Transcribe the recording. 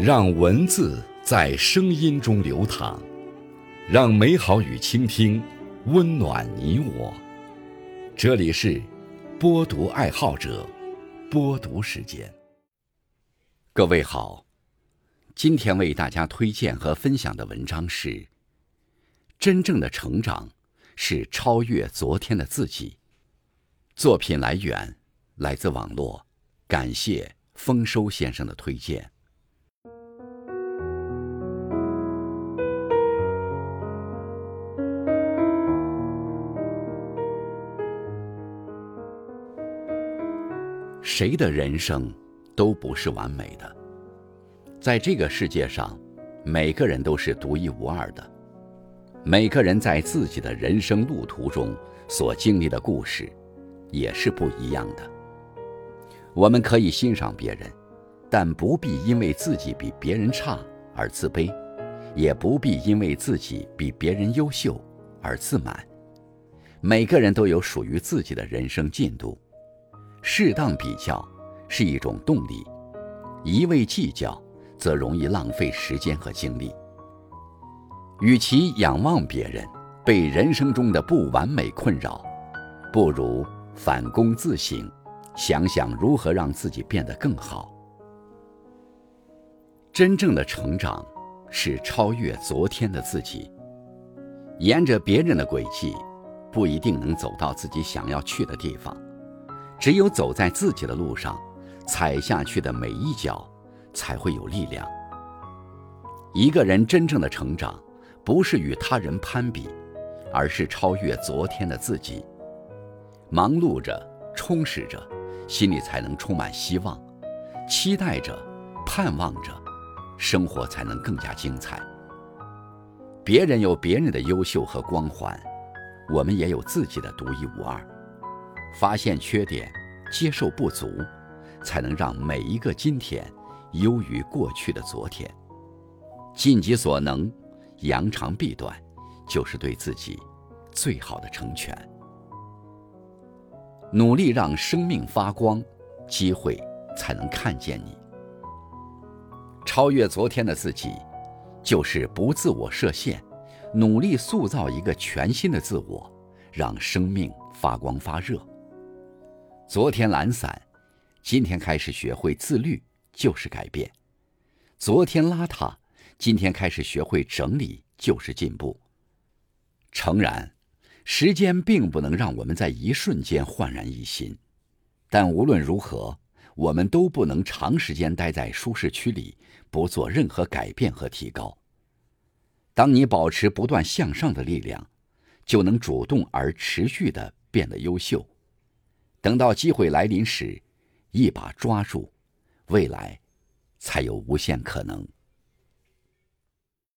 让文字在声音中流淌，让美好与倾听温暖你我。这里是播读爱好者播读时间。各位好，今天为大家推荐和分享的文章是：真正的成长是超越昨天的自己。作品来源来自网络，感谢丰收先生的推荐。谁的人生都不是完美的，在这个世界上，每个人都是独一无二的。每个人在自己的人生路途中所经历的故事也是不一样的。我们可以欣赏别人，但不必因为自己比别人差而自卑，也不必因为自己比别人优秀而自满。每个人都有属于自己的人生进度，适当比较是一种动力，一味计较则容易浪费时间和精力。与其仰望别人，被人生中的不完美困扰，不如反躬自省，想想如何让自己变得更好。真正的成长是超越昨天的自己。沿着别人的轨迹，不一定能走到自己想要去的地方，只有走在自己的路上，踩下去的每一脚才会有力量。一个人真正的成长，不是与他人攀比，而是超越昨天的自己。忙碌着，充实着，心里才能充满希望，期待着，盼望着，生活才能更加精彩。别人有别人的优秀和光环，我们也有自己的独一无二。发现缺点，接受不足，才能让每一个今天优于过去的昨天。尽己所能，扬长避短，就是对自己最好的成全。努力让生命发光，机会才能看见你。超越昨天的自己，就是不自我设限，努力塑造一个全新的自我，让生命发光发热。昨天懒散，今天开始学会自律，就是改变。昨天邋遢，今天开始学会整理，就是进步。诚然，时间并不能让我们在一瞬间焕然一新，但无论如何，我们都不能长时间待在舒适区里，不做任何改变和提高。当你保持不断向上的力量，就能主动而持续地变得优秀。等到机会来临时，一把抓住，未来才有无限可能。